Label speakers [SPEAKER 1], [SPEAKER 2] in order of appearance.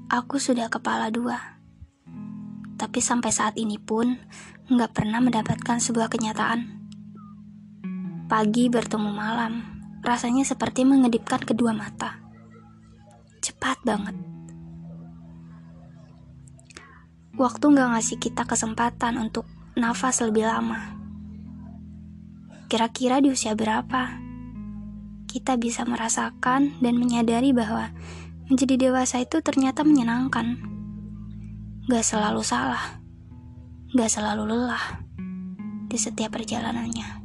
[SPEAKER 1] Aku sudah kepala dua, tapi sampai saat ini pun nggak pernah mendapatkan sebuah kenyataan. Pagi bertemu malam, rasanya seperti mengedipkan kedua mata. Cepat banget. Waktu nggak ngasih kita kesempatan untuk nafas lebih lama. Kira-kira di usia berapa kita bisa merasakan dan menyadari bahwa menjadi dewasa itu ternyata menyenangkan. Gak selalu salah, gak selalu lelah di setiap perjalanannya.